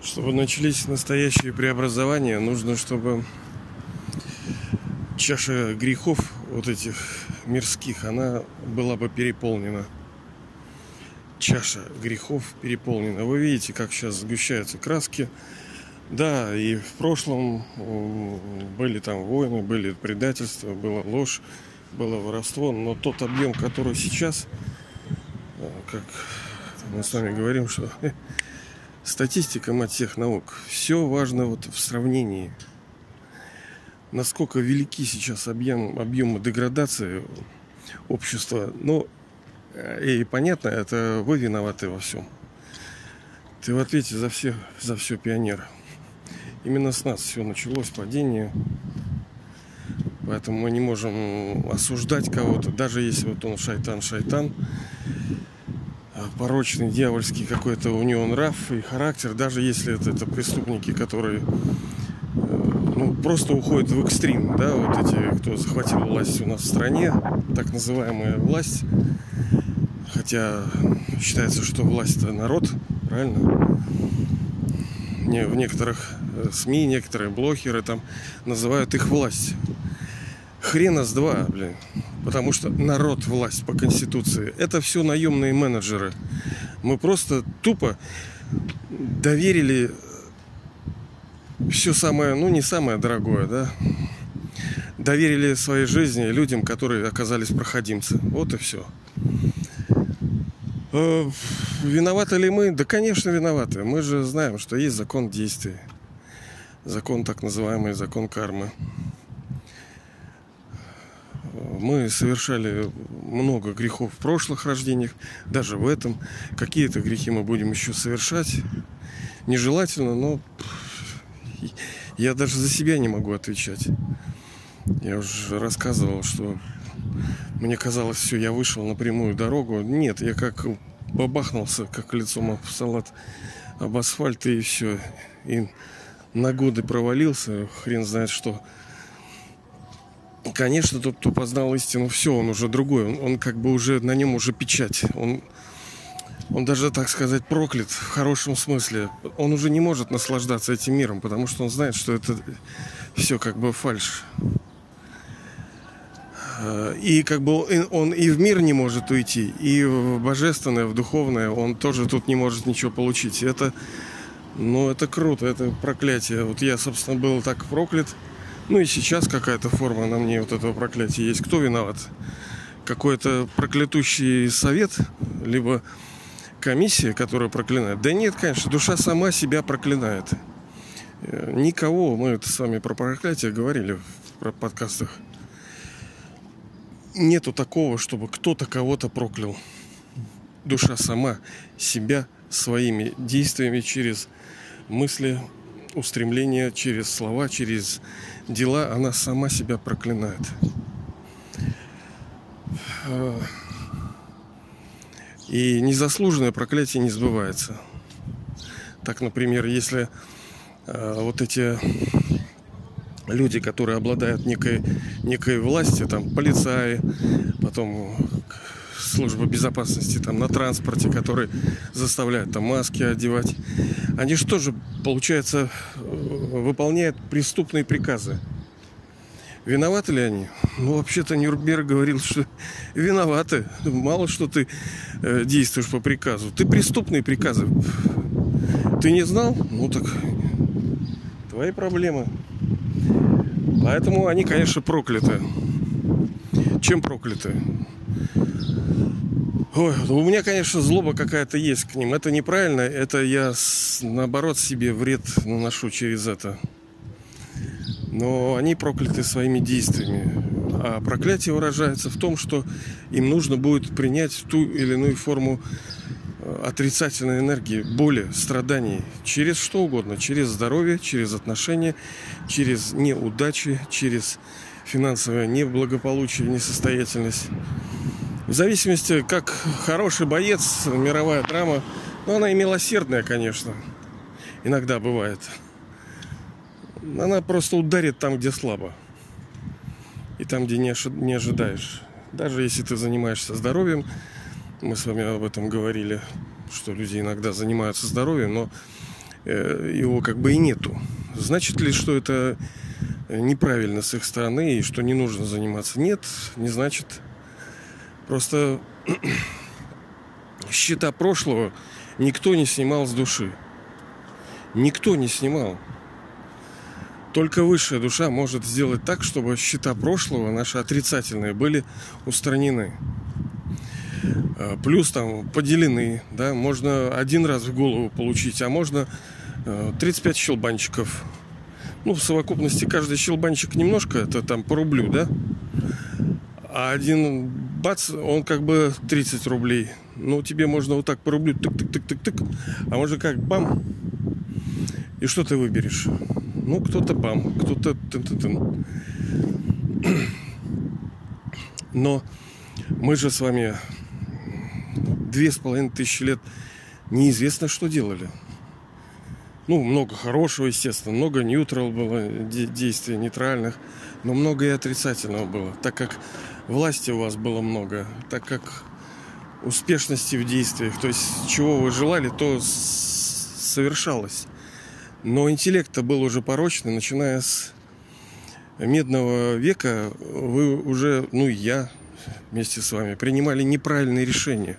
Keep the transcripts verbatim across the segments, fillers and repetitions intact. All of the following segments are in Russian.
Чтобы начались настоящие преобразования, нужно, чтобы чаша грехов вот этих мирских, она была бы переполнена. Чаша грехов переполнена. Вы видите, как сейчас сгущаются краски. Да, и в прошлом были там войны, были предательства, была ложь, было воровство, но тот объем, который сейчас, как мы с вами говорим, что статистика, мать всех наук, все важно вот в сравнении. Насколько велики сейчас объем, объемы деградации общества. Ну, и понятно, это вы виноваты во всем. Ты в ответе за все, за все, пионер. Именно с нас все началось, падение. Поэтому мы не можем осуждать кого-то, даже если вот он шайтан-шайтан, порочный, дьявольский какой-то у него нрав и характер, даже если это, это преступники, которые ну, просто уходят в экстрим, да, вот эти, кто захватил власть у нас в стране, так называемая власть, хотя считается, что власть это народ, правильно? Не, в некоторых СМИ, некоторые блогеры там называют их власть. Хрена с два, блин. Потому что народ власть по Конституции. Это все наемные менеджеры. Мы просто тупо доверили все самое, ну не самое дорогое, да. Доверили своей жизни людям, которые оказались проходимцы. Вот и все. Виноваты ли мы? Да, конечно, виноваты. Мы же знаем, что есть закон действий. Закон, так называемый закон кармы. Мы совершали много грехов в прошлых рождениях, даже в этом. Какие-то грехи мы будем еще совершать. Нежелательно, но я даже за себя не могу отвечать. Я уже рассказывал, что мне казалось, все, я вышел на прямую дорогу. Нет, я как бабахнулся, как лицом об салат, об асфальт, и все. И на годы провалился, хрен знает что. Конечно, тот, кто познал истину, все, он уже другой. Он, он как бы уже, на нем уже печать. Он, он даже, так сказать, проклят в хорошем смысле. Он уже не может наслаждаться этим миром, потому что он знает, что это все как бы фальшь. И как бы он и в мир не может уйти, и в божественное, в духовное он тоже тут не может ничего получить. Это, ну, это круто, это проклятие. Вот я, собственно, был так проклят. Ну и сейчас какая-то форма на мне вот этого проклятия есть. Кто виноват? Какой-то проклятущий совет, либо комиссия, которая проклинает? Да нет, конечно, душа сама себя проклинает. Никого, мы это с вами про проклятие говорили в подкастах. Нету такого, чтобы кто-то кого-то проклял. Душа сама себя своими действиями через мысли, устремления, через слова, через дела, она сама себя проклинает. И незаслуженное проклятие не сбывается. Так, например, если вот эти люди, которые обладают некой, некой властью, там, полицаи, потом служба безопасности там, на транспорте, которые заставляют там маски одевать, они же тоже, получается, выполняют преступные приказы. Виноваты ли они? Ну, вообще-то Нюрнберг говорил, что виноваты. Мало что ты э, действуешь по приказу. Ты преступные приказы. Ты не знал? Ну так твои проблемы. Поэтому они, конечно, прокляты. Чем прокляты? Ой, у меня, конечно, злоба какая-то есть к ним. Это неправильно. Это я, наоборот, себе вред наношу через это. Но они прокляты своими действиями. А проклятие выражается в том, что им нужно будет принять ту или иную форму отрицательной энергии, боли, страданий. Через что угодно. Через здоровье, через отношения, через неудачи, через финансовое неблагополучие, несостоятельность. В зависимости, как хороший боец, мировая драма, но она и милосердная, конечно. Иногда бывает. Она просто ударит там, где слабо. И там, где не, ожи- не ожидаешь. Даже если ты занимаешься здоровьем, мы с вами об этом говорили, что люди иногда занимаются здоровьем, но его как бы и нету. Значит ли, что это неправильно с их стороны и что не нужно заниматься? Нет, не значит. Просто счета прошлого никто не снимал с души. Никто не снимал. Только высшая душа может сделать так, чтобы счета прошлого, наши отрицательные, были устранены. Плюс там поделены, да, можно один раз в голову получить, а можно тридцать пять щелбанчиков. Ну, в совокупности каждый щелбанчик немножко, это там по рублю, да? А один бац, он как бы тридцать рублей. Ну, тебе можно вот так по рублю, тык-тык-тык-тык-тык. А можно как, бам. И что ты выберешь? Ну, кто-то бам, кто-то тын-тын-тын. Но мы же с вами две с половиной тысячи лет неизвестно, что делали. Ну, много хорошего, естественно, много нейтрал было, действий нейтральных, но много и отрицательного было, так как власти у вас было много, так как успешности в действиях, то есть чего вы желали, то совершалось. Но интеллект-то был уже порочный, начиная с медного века, вы уже, ну и я вместе с вами, принимали неправильные решения.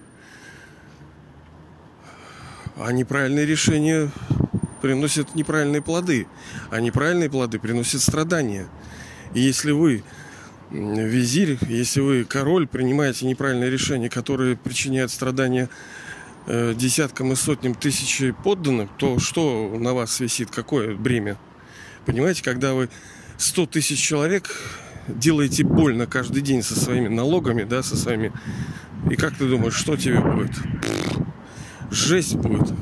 А неправильные решения приносят неправильные плоды, а неправильные плоды приносят страдания. И если вы визирь, если вы король, принимаете неправильные решения, которые причиняют страдания э, десяткам и сотням тысяч подданных, то что на вас висит, какое бремя? Понимаете, когда вы сто тысяч человек делаете больно каждый день со своими налогами, да, со своими... И как ты думаешь, что тебе будет? Жесть будет.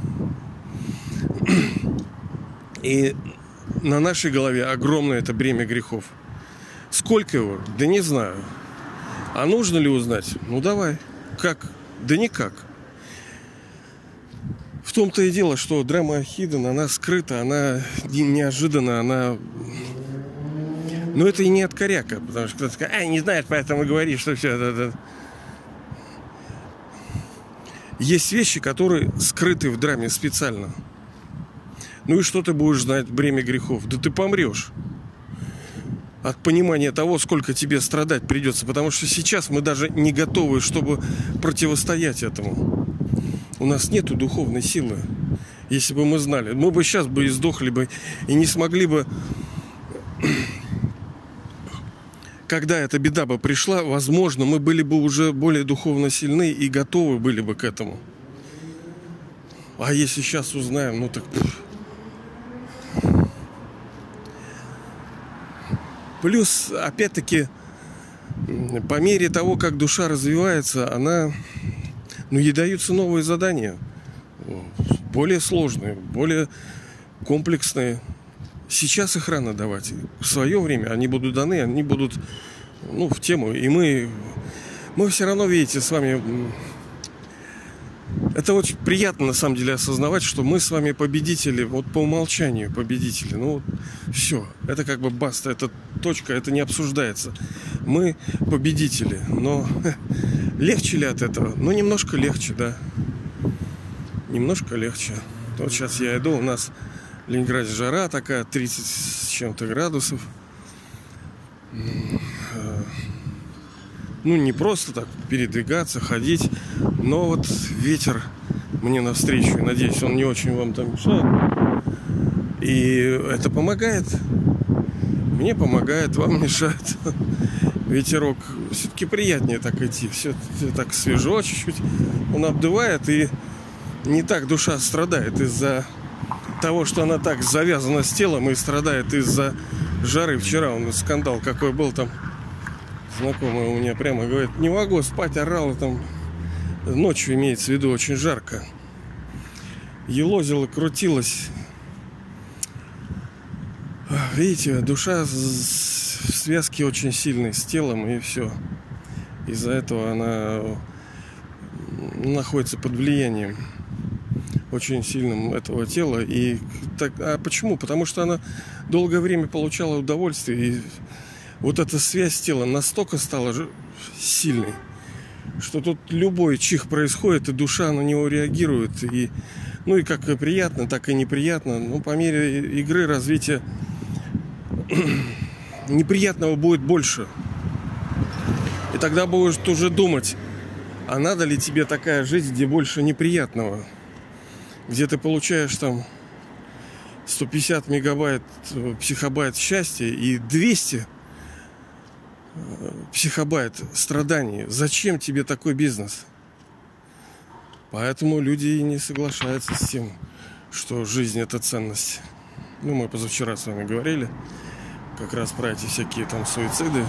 И на нашей голове огромное это бремя грехов. Сколько его? Да не знаю. А нужно ли узнать? Ну давай. Как? Да никак. В том-то и дело, что драма Хиден, она скрыта, она неожиданна, она... Но это и не от коряка, потому что кто-то скажет, а, не знает, поэтому говоришь, что все это... Есть вещи, которые скрыты в драме специально. Ну и что ты будешь знать, бремя грехов? Да ты помрешь от понимания того, сколько тебе страдать придется. Потому что сейчас мы даже не готовы, чтобы противостоять этому. У нас нету духовной силы. Если бы мы знали, мы бы сейчас бы и сдохли бы, и не смогли бы... Когда эта беда бы пришла, возможно, мы были бы уже более духовно сильны и готовы были бы к этому. А если сейчас узнаем, ну так... Плюс, опять-таки, по мере того, как душа развивается, она... Ну, ей даются новые задания. Более сложные, более комплексные. Сейчас их рано давать. В свое время они будут даны, они будут, ну, в тему. И мы, мы все равно, видите, с вами... Это очень приятно, на самом деле, осознавать, что мы с вами победители, вот по умолчанию победители. Ну, все, это как бы баста, это точка, это не обсуждается. Мы победители, но легче ли от этого? Ну, немножко легче, да. Немножко легче. Вот сейчас я иду, у нас... В Ленинграде жара такая, тридцать с чем-то градусов. Ну, не просто так передвигаться, ходить. Но вот ветер мне навстречу. Надеюсь, он не очень вам там мешает. И это помогает. Мне помогает, вам мешает. Ветерок. Все-таки приятнее так идти. Все так свежо чуть-чуть. Он обдувает, и не так душа страдает из-за... того, что она так завязана с телом и страдает из-за жары. Вчера он скандал какой был там. Знакомый у меня прямо говорит, не могу спать, орала там. Ночью имеется в виду очень жарко. Елозила, крутилась. Видите, душа в связке очень сильной с телом, и все. Из-за этого она находится под влиянием очень сильным этого тела. И так, а почему? Потому что она долгое время получала удовольствие, и вот эта связь тела настолько стала сильной, что тут любой чих происходит, и душа на него реагирует, и Ну и как и приятно, так и неприятно. Ну, по мере игры, развития неприятного будет больше. И тогда будешь уже думать, а надо ли тебе такая жизнь, где больше неприятного? Где ты получаешь там сто пятьдесят мегабайт, психобайт счастья и двести психобайт страданий. Зачем тебе такой бизнес? Поэтому люди и не соглашаются с тем, что жизнь — это ценность. Ну, мы позавчера с вами говорили как раз про эти всякие там суициды.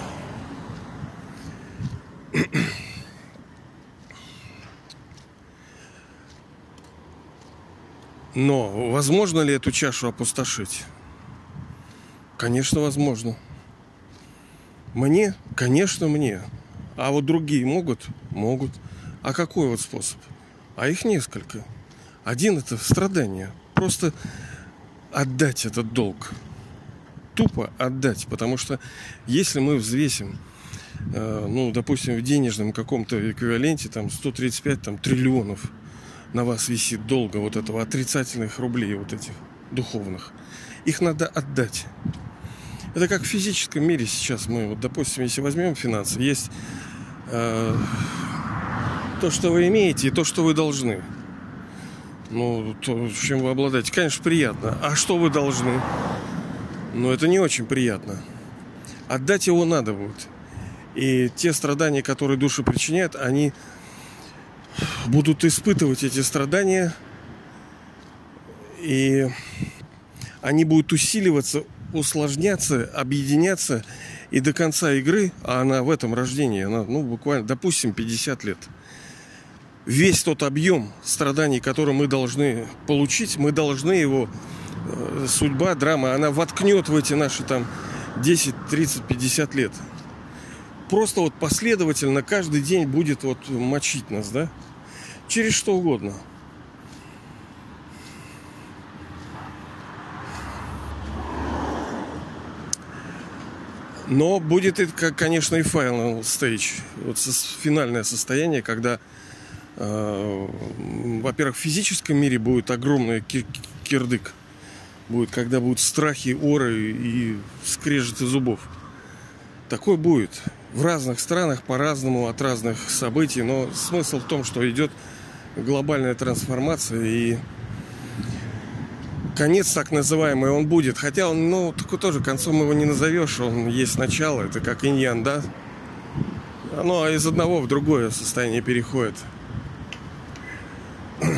Но возможно ли эту чашу опустошить? Конечно, возможно. Мне? Конечно, мне. А вот другие могут? Могут. А какой вот способ? А их несколько. Один — это страдание. Просто отдать этот долг. Тупо отдать. Потому что если мы взвесим, э, ну, допустим, в денежном каком-то эквиваленте там сто тридцать пять там, триллионов на вас висит долга вот этого отрицательных рублей, вот этих духовных. Их надо отдать. Это как в физическом мире сейчас. Мы, вот, допустим, если возьмем финансы, есть э, то, что вы имеете, и то, что вы должны. Ну, то, чем вы обладаете, конечно, приятно. А что вы должны? Ну, это не очень приятно. Отдать его надо будет. И те страдания, которые душа причиняет, они будут испытывать эти страдания, и они будут усиливаться, усложняться, объединяться, и до конца игры, а она в этом рождении, она, ну, буквально, допустим, пятьдесят лет, весь тот объем страданий, который мы должны получить, мы должны его, э, судьба, драма, она воткнет в эти наши там десять, тридцать, пятьдесят лет. Просто вот последовательно каждый день будет вот мочить нас, да? Через что угодно. Но будет это, конечно, и final stage. Вот финальное состояние, когда, э, во-первых, в физическом мире будет огромный кирдык. Будет, когда будут страхи, оры и скрежеты зубов. Такое будет. В разных странах по-разному, от разных событий. Но смысл в том, что идет глобальная трансформация, и конец так называемый он будет. Хотя он, ну, такой тоже концом его не назовешь. Он есть начало. Это как инь-ян, да? Оно из одного в другое состояние переходит. А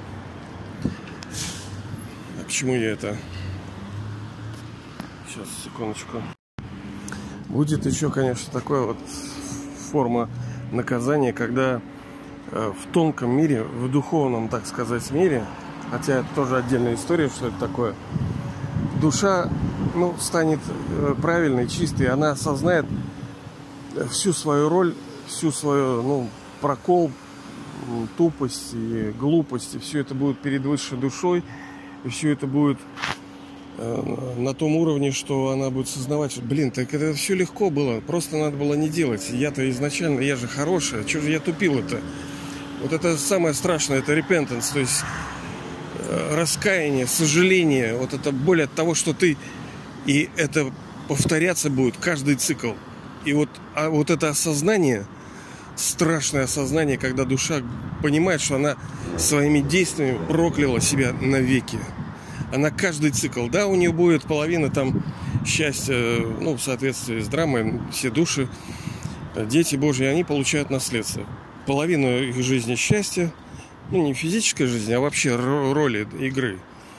к чему я это? Сейчас, секундочку. Будет еще, конечно, такая вот форма наказания, когда э, в тонком мире, в духовном, так сказать, мире, хотя это тоже отдельная история, что это такое, душа, ну, станет э, правильной, чистой, она осознает всю свою роль, всю свою, ну, прокол, тупость и глупость, и все это будет перед высшей душой, и все это будет на том уровне, что она будет сознавать, что, блин, так это все легко было, просто надо было не делать. Я-то изначально, я же хорошая, что же я тупил-то? Вот это самое страшное, это repentance, то есть раскаяние, сожаление, вот это боль от того, что ты, и это повторяться будет каждый цикл. И вот, а вот это осознание, страшное осознание, когда душа понимает, что она своими действиями прокляла себя навеки. Она каждый цикл, да, у нее будет половина там счастья, ну, в соответствии с драмой, все души, дети Божьи, они получают наследство. Половину их жизни счастья, ну, не физической жизни, а вообще роли игры.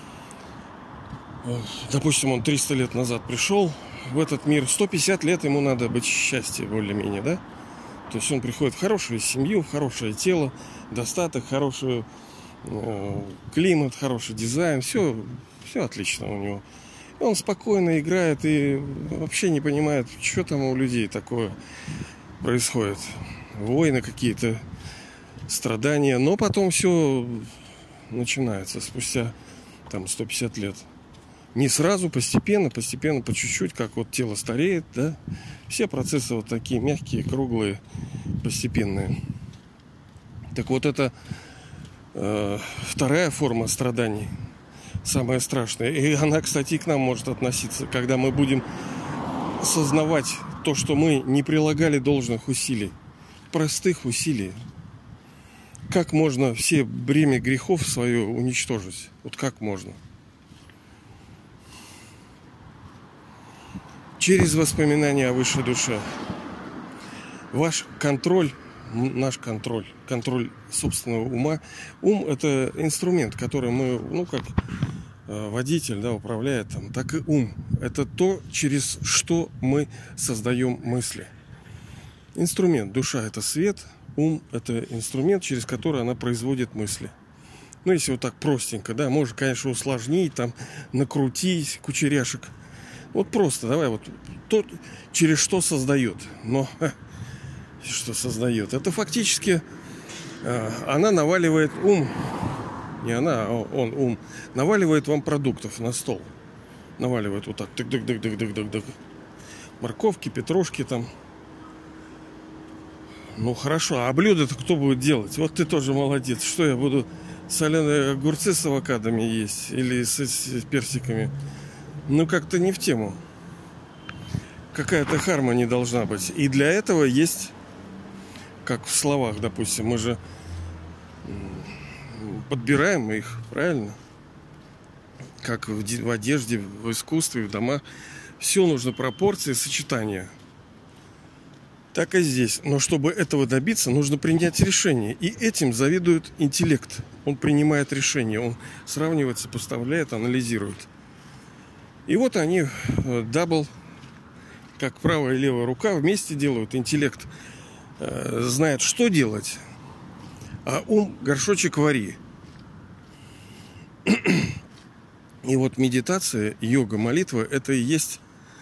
Допустим, он триста лет назад пришел в этот мир, сто пятьдесят лет ему надо быть счастье, более-менее, да? То есть он приходит в хорошую семью, в хорошее тело, достаток, хорошую климат, хороший дизайн, все, все отлично у него. И он спокойно играет и вообще не понимает, что там у людей такое происходит. Войны какие-то, страдания. Но потом все начинается спустя там сто пятьдесят лет. Не сразу, постепенно, постепенно, по чуть-чуть, как вот тело стареет, да. Все процессы вот такие мягкие, круглые, постепенные. Так вот это э, вторая форма страданий, самая страшная. И она, кстати, и к нам может относиться, когда мы будем осознавать то, что мы не прилагали должных усилий, простых усилий. Как можно все бремя грехов свое уничтожить? Вот как можно? Через воспоминания о высшей душе. Ваш контроль, наш контроль, контроль собственного ума. Ум – это инструмент, который мы, ну, как водитель, да, управляет там, так и ум. Это то, через что мы создаем мысли. Инструмент. Душа – это свет. Ум – это инструмент, через который она производит мысли. Ну, если вот так простенько, да, можно, конечно, усложнить, там, накрутить кучеряшек. Вот просто, давай, вот то, через что создает. Но ха, что создает? Это фактически э, она наваливает ум, не она, а он, ум, наваливает вам продуктов на стол. Наваливает вот так, тык-дык-дык-дык-дык-дык. Морковки, петрушки там. Ну хорошо, а блюдо-то кто будет делать? Вот ты тоже молодец. Что я буду соленые огурцы с авокадами есть? Или с, с персиками? Ну как-то не в тему. Какая-то харма не должна быть. И для этого есть, как в словах, допустим, мы же подбираем их, правильно? Как в, в одежде, в искусстве, в домах. Все нужно пропорции, сочетания. Так и здесь. Но чтобы этого добиться, нужно принять решение. И этим завидует интеллект. Он принимает решение. Он сравнивает, сопоставляет, анализирует. И вот они, дабл, как правая и левая рука, вместе делают. Интеллект э, знает, что делать, а ум горшочек вари. И вот медитация, йога, молитва – это и есть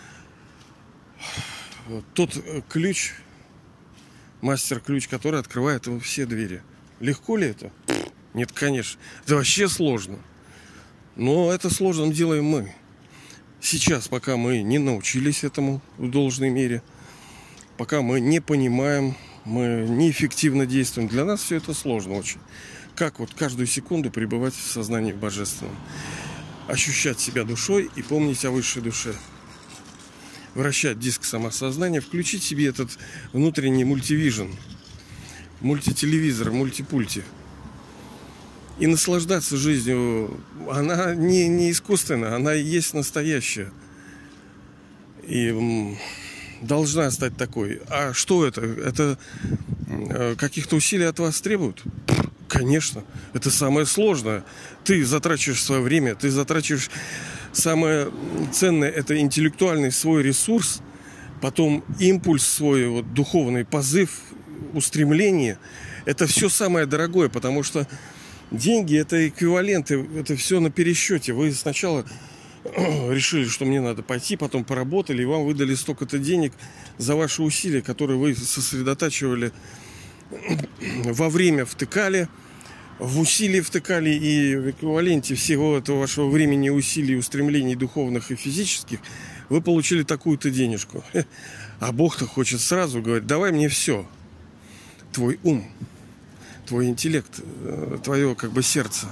тот ключ, мастер-ключ, который открывает все двери. Легко ли это? Нет, конечно. Это вообще сложно. Но это сложным делаем мы. Сейчас, пока мы не научились этому в должной мере, пока мы не понимаем, мы неэффективно действуем, для нас все это сложно очень. Как вот каждую секунду пребывать в сознании божественном, ощущать себя душой и помнить о высшей душе. Вращать диск самосознания, включить себе этот внутренний мультивижн, мультителевизор, мультипульти. И наслаждаться жизнью. Она не, не искусственная, она и есть настоящая. И м, должна стать такой. А что это? Это э, каких-то усилий от вас требуют? Конечно. Это самое сложное. Ты затрачиваешь свое время, ты затрачиваешь самое ценное, это интеллектуальный свой ресурс, потом импульс свой, вот, духовный позыв, устремление. Это все самое дорогое, потому что деньги – это эквиваленты, это все на пересчете. Вы сначала решили, что мне надо пойти, потом поработали, и вам выдали столько-то денег за ваши усилия, которые вы сосредотачивали, во время втыкали, в усилия втыкали, и в эквиваленте всего этого вашего времени, усилий, устремлений духовных и физических вы получили такую-то денежку. А Бог-то хочет сразу говорить: давай мне все. Твой ум, твой интеллект, твое как бы сердце.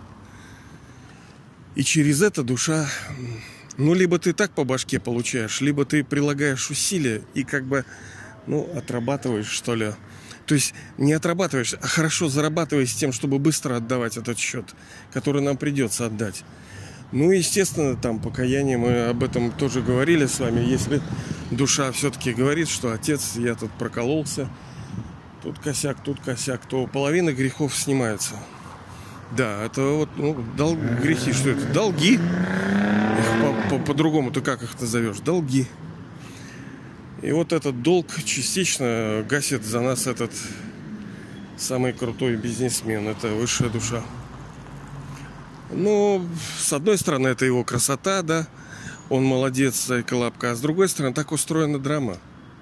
И через это душа, ну, либо ты так по башке получаешь, либо ты прилагаешь усилия и как бы, ну, отрабатываешь, что ли. То есть не отрабатываешь, а хорошо зарабатываешь с тем, чтобы быстро отдавать этот счет, который нам придется отдать. Ну, естественно, там покаяние, мы об этом тоже говорили с вами. Если душа все-таки говорит, что отец, я тут прокололся, тут косяк, тут косяк, то половина грехов снимается. Да, это вот, ну, дол... грехи, что это? Долги. По- по- по-другому ты как их назовешь? Долги. И вот этот долг частично гасит за нас этот самый крутой бизнесмен. Это высшая душа. Ну, с одной стороны, это его красота, да. Он молодец, зайка лапка. А с другой стороны, так устроена драма.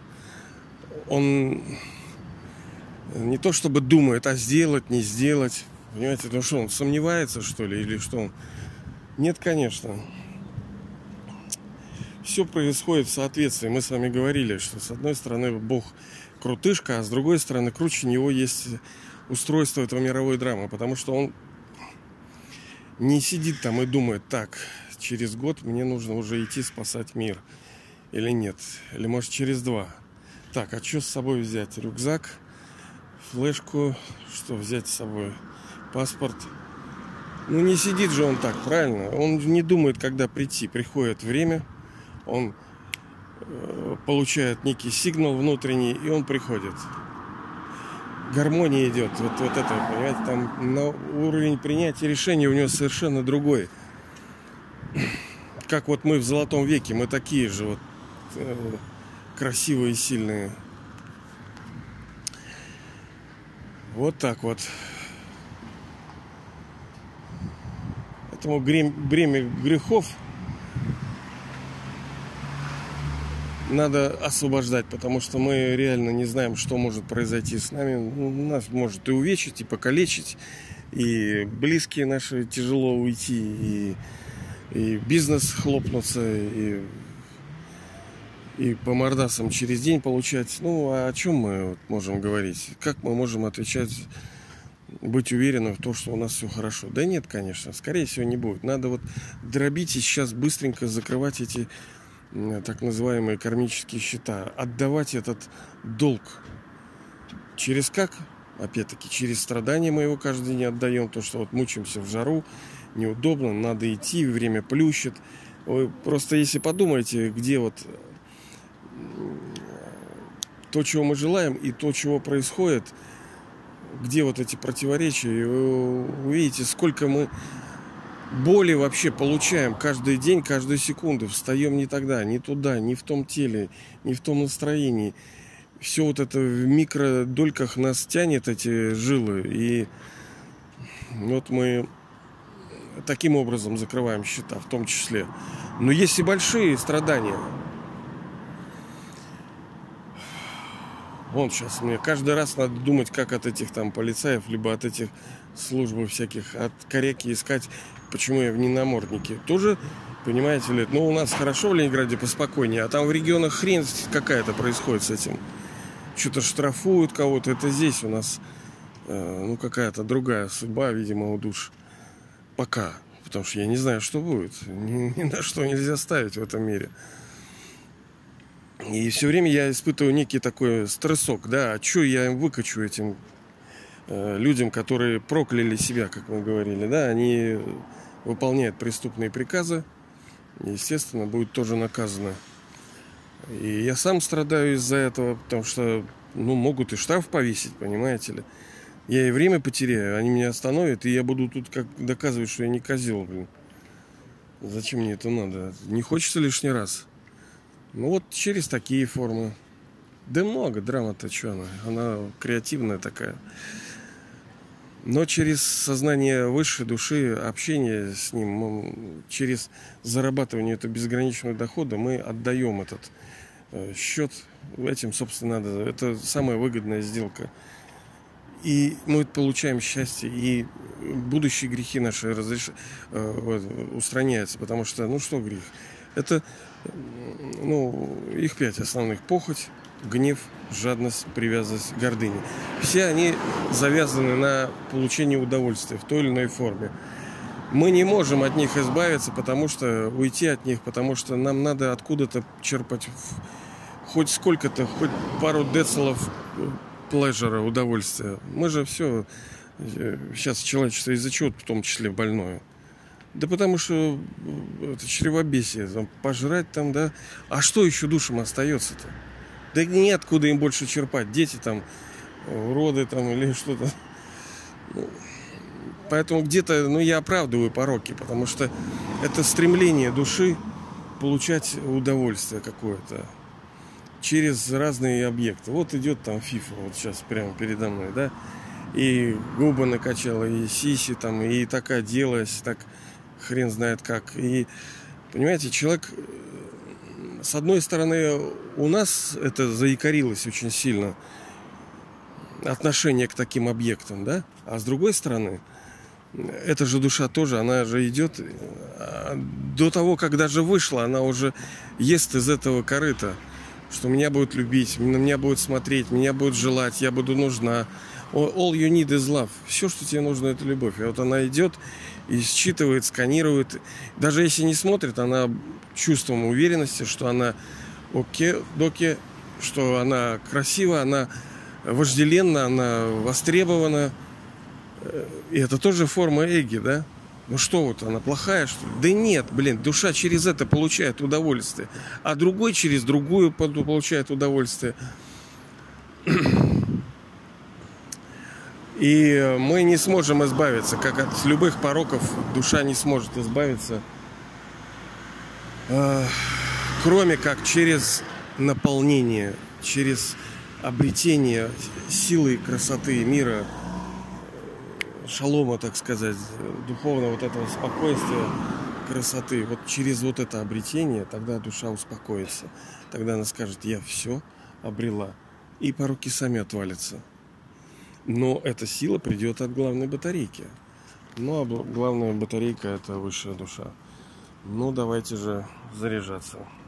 Он не то чтобы думает, а сделать, не сделать. Понимаете, ну что, он сомневается, что ли, или что он? Нет, конечно. Все происходит в соответствии. Мы с вами говорили, что с одной стороны Бог крутышка, а с другой стороны круче него есть устройство этого мировой драмы, потому что он не сидит там и думает: так, через год мне нужно уже идти спасать мир. Или нет. Или может через два. Так, а что с собой взять? Рюкзак, флешку, что взять с собой? Паспорт. Ну не сидит же он так, правильно? Он не думает, когда прийти. Приходит время, он э, получает некий сигнал внутренний, и он приходит. Гармония идет. Вот, вот это, понимаете, там на уровень принятия решений у него совершенно другой. Как вот мы в Золотом веке, мы такие же вот э, красивые и сильные. Вот так вот. Поэтому бремя грехов надо освобождать, потому что мы реально не знаем, что может произойти с нами. Нас может и увечить, и покалечить, и близкие наши тяжело уйти, и, и бизнес хлопнуться, и, и по мордасам через день получать. Ну, а о чем мы вот можем говорить? Как мы можем отвечать, быть уверенным в том, что у нас все хорошо? Да нет, конечно, скорее всего не будет. Надо вот дробить и сейчас быстренько закрывать эти так называемые кармические счета, отдавать этот долг. Через как? Опять-таки, через страдания мы его каждый день отдаем, то, что вот мучаемся в жару, неудобно, надо идти, время плющит. Вы просто если подумаете, где вот то, чего мы желаем, и то, чего происходит, где вот эти противоречия, и вы увидите, сколько мы боли вообще получаем каждый день, каждую секунду. Встаем не тогда, не туда, не в том теле, не в том настроении. Все вот это в микродольках нас тянет, эти жилы. И вот мы таким образом закрываем счета, в том числе. Но есть и большие страдания. Вон сейчас мне каждый раз надо думать, как от этих там полицаев, либо от этих служб всяких, от коряки искать, почему я в ненаморднике. Тоже, понимаете ли, ну у нас хорошо в Ленинграде поспокойнее, а там в регионах хрень какая-то происходит с этим. Что-то штрафуют кого-то, это здесь у нас э, ну какая-то другая судьба, видимо, у душ. Пока, потому что я не знаю, что будет. Ни, ни на что нельзя ставить в этом мире. И все время я испытываю некий такой стрессок, да, а что я им выкачу этим э, людям, которые прокляли себя, как мы говорили, да, они выполняют преступные приказы, естественно, будут тоже наказаны. И я сам страдаю из-за этого, потому что, ну, могут и штраф повесить, понимаете ли. Я и время потеряю, они меня остановят, и я буду тут как доказывать, что я не козел, блин. Зачем мне это надо? Не хочется лишний раз. Ну вот через такие формы. Да много, драма-то что она? Она креативная такая. Но через сознание высшей души, общение с ним, через зарабатывание этого безграничного дохода мы отдаем этот э, счет. Этим, собственно, надо. Это самая выгодная сделка. И мы получаем счастье, и будущие грехи наши разреш... э, вот, устраняются. Потому что, ну что грех? Это, ну, их пять основных: похоть, гнев, жадность, привязанность, гордыня. Все они завязаны на получении удовольствия в той или иной форме. Мы не можем от них избавиться, потому что уйти от них, потому что нам надо откуда-то черпать хоть сколько-то, хоть пару децилов плежера, удовольствия. Мы же все сейчас человечество из-за чего, в том числе больное. Да потому что это чревобесие, там, пожрать там, да. А что еще душам остается-то? Да неоткуда им больше черпать. Дети там, уроды там или что-то. Ну, поэтому где-то, ну, я оправдываю пороки, потому что это стремление души получать удовольствие какое-то через разные объекты. Вот идет там фифа, вот сейчас прямо передо мной, да. И губы накачала, и сиси там, и так оделась, так хрен знает как. И, понимаете, человек, с одной стороны, у нас это заикарилось очень сильно, отношение к таким объектам, да, а с другой стороны, эта же душа тоже, она же идет до того, как даже вышла, она уже ест из этого корыта, что меня будут любить, на меня будут смотреть, меня будут желать, я буду нужна. All you need is love. Все, что тебе нужно, это любовь. И вот она идет и считывает, сканирует. Даже если не смотрит, она чувством уверенности, что она окей, доки, что она красива, она вожделенна, она востребована. И это тоже форма эги, да? Ну что вот, она плохая, что ли? Да нет, блин, душа через это получает удовольствие. А другой через другую получает удовольствие. И мы не сможем избавиться, как от любых пороков душа не сможет избавиться, кроме как через наполнение, через обретение силы, красоты мира, шалома, так сказать, духовного вот этого спокойствия, красоты. Вот через вот это обретение тогда душа успокоится. Тогда она скажет: я все обрела. И пороки сами отвалятся. Но эта сила придет от главной батарейки. Ну, а главная батарейка — это высшая душа. Ну, давайте же заряжаться.